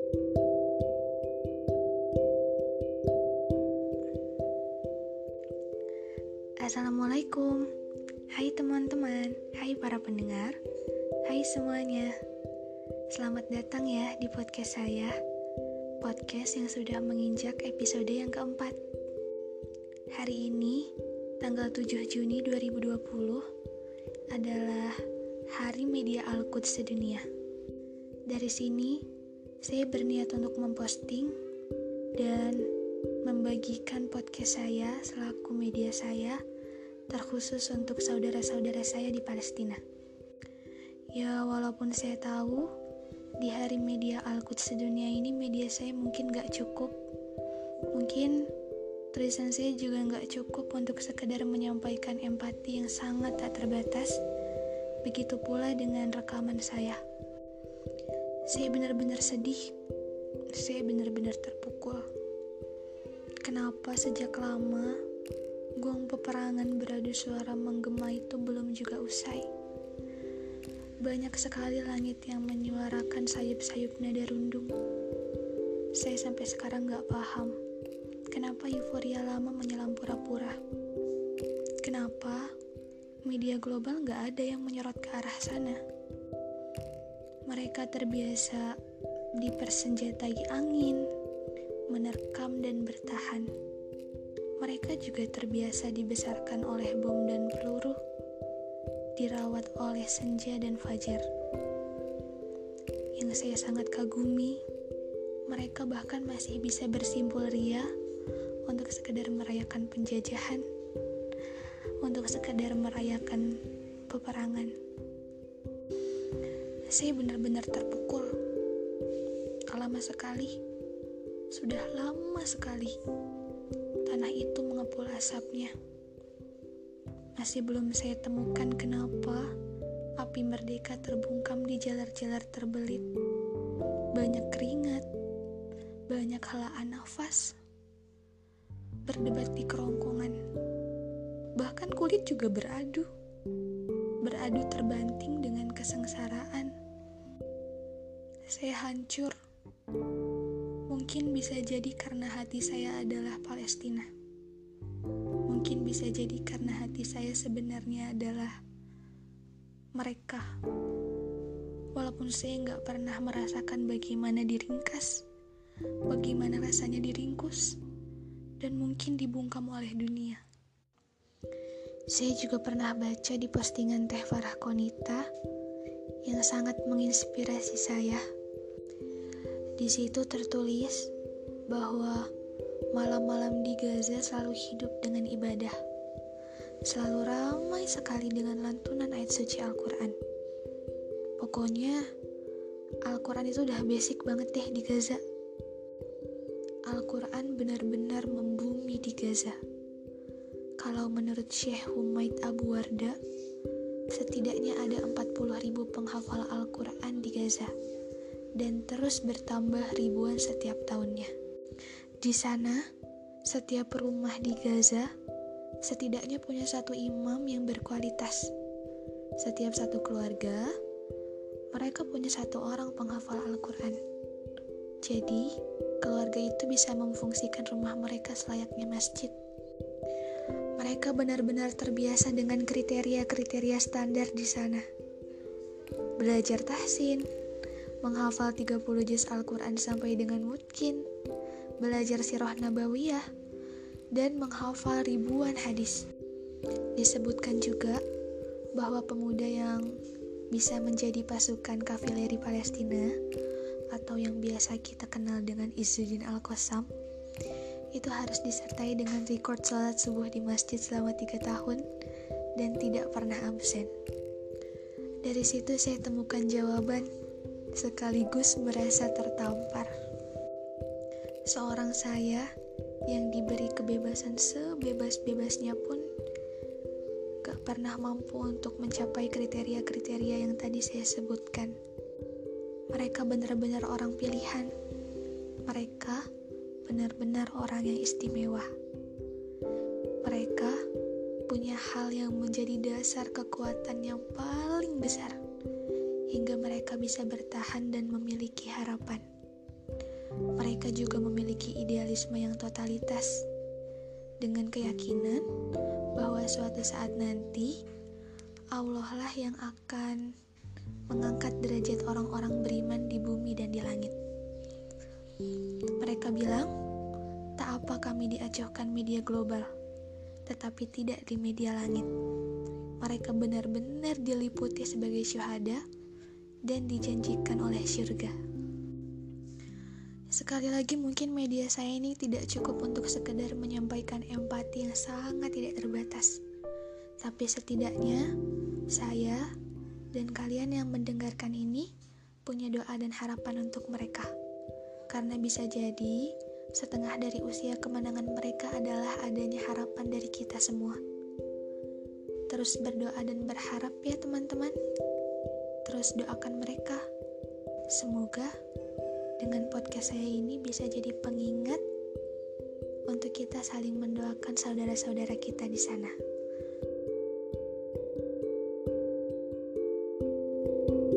Assalamualaikum. Hai teman-teman, hai para pendengar, hai semuanya. Selamat datang ya di podcast saya. Podcast yang sudah menginjak episode yang keempat. Hari ini, tanggal 7 Juni 2020 adalah Hari Media Al-Quds Sedunia. Dari sini, saya berniat untuk memposting dan membagikan podcast saya selaku media saya, terkhusus untuk saudara-saudara saya di Palestina. Ya, walaupun saya tahu di Hari Media Al-Quds Sedunia ini media saya mungkin gak cukup. Mungkin tulisan saya juga gak cukup untuk sekedar menyampaikan empati yang sangat tak terbatas. Begitu pula dengan rekaman saya. Saya benar-benar sedih. Saya benar-benar terpukul. Kenapa sejak lama gong peperangan beradu suara menggema itu belum juga usai? Banyak sekali langit yang menyuarakan sayup-sayup nada rundung. Saya sampai sekarang gak paham kenapa euforia lama menyelam pura-pura. Kenapa media global gak ada yang menyorot ke arah sana? Mereka terbiasa dipersenjatai angin, menerkam dan bertahan. Mereka juga terbiasa dibesarkan oleh bom dan peluru, dirawat oleh senja dan fajar. Yang saya sangat kagumi, mereka bahkan masih bisa bersimpul ria untuk sekedar merayakan penjajahan, untuk sekedar merayakan peperangan. Saya benar-benar terpukul. Lama sekali, sudah lama sekali tanah itu mengepul asapnya. Masih belum saya temukan kenapa api merdeka terbungkam di jalar-jalar terbelit. Banyak keringat, banyak helaan nafas, berdebat di kerongkongan. Bahkan kulit juga beradu terbanting dengan kesengsaraan. Saya hancur. Mungkin bisa jadi karena hati saya adalah Palestina. Mungkin bisa jadi karena hati saya sebenarnya adalah mereka. Walaupun saya gak pernah merasakan bagaimana diringkas, bagaimana rasanya diringkus, dan mungkin dibungkam oleh dunia. Saya juga pernah baca di postingan Teh Farah Konita yang sangat menginspirasi saya. Di situ tertulis bahwa malam-malam di Gaza selalu hidup dengan ibadah. Selalu ramai sekali dengan lantunan ayat suci Al-Quran. Pokoknya Al-Quran itu udah basic banget deh di Gaza. Al-Quran benar-benar membumi di Gaza. Kalau menurut Syekh Humaid Abu Warda, setidaknya ada 40.000 penghafal Al-Quran di Gaza. Dan terus bertambah ribuan setiap tahunnya. Di sana, setiap rumah di Gaza setidaknya punya satu imam yang berkualitas. Setiap satu keluarga, mereka punya satu orang penghafal Al-Quran. Jadi, keluarga itu bisa memfungsikan rumah mereka selayaknya masjid. Mereka benar-benar terbiasa dengan kriteria-kriteria standar di sana. Belajar tahsin, menghafal 30 juz Al-Quran sampai dengan mutqin, belajar sirah nabawiyah, dan menghafal ribuan hadis. Disebutkan juga bahwa pemuda yang bisa menjadi pasukan kavileri Palestina atau yang biasa kita kenal dengan Izzuddin Al-Qassam itu harus disertai dengan rekod salat subuh di masjid selama 3 tahun dan tidak pernah absen. Dari situ saya temukan jawaban sekaligus merasa tertampar. Seorang saya yang diberi kebebasan sebebas-bebasnya pun gak pernah mampu untuk mencapai kriteria-kriteria yang tadi saya sebutkan. Mereka benar-benar orang pilihan. Mereka benar-benar orang yang istimewa. Mereka punya hal yang menjadi dasar kekuatan yang paling besar, hingga mereka bisa bertahan dan memiliki harapan. mereka juga memiliki idealisme yang totalitas, dengan keyakinan bahwa suatu saat nanti Allah lah yang akan mengangkat derajat orang-orang beriman di bumi dan di langit. Mereka bilang, tak apa kami diacuhkan media global, tetapi tidak di media langit. Mereka benar-benar diliputi sebagai syuhada dan dijanjikan oleh syurga. Sekali lagi mungkin media saya ini tidak cukup untuk sekedar menyampaikan empati yang sangat tidak terbatas. Tapi setidaknya saya dan kalian yang mendengarkan ini punya doa dan harapan untuk mereka. Karena bisa jadi setengah dari usia kemenangan mereka adalah adanya harapan dari kita semua. Terus berdoa dan berharap ya teman-teman. Terus doakan mereka. Semoga dengan podcast saya ini bisa jadi pengingat untuk kita saling mendoakan saudara-saudara kita di sana.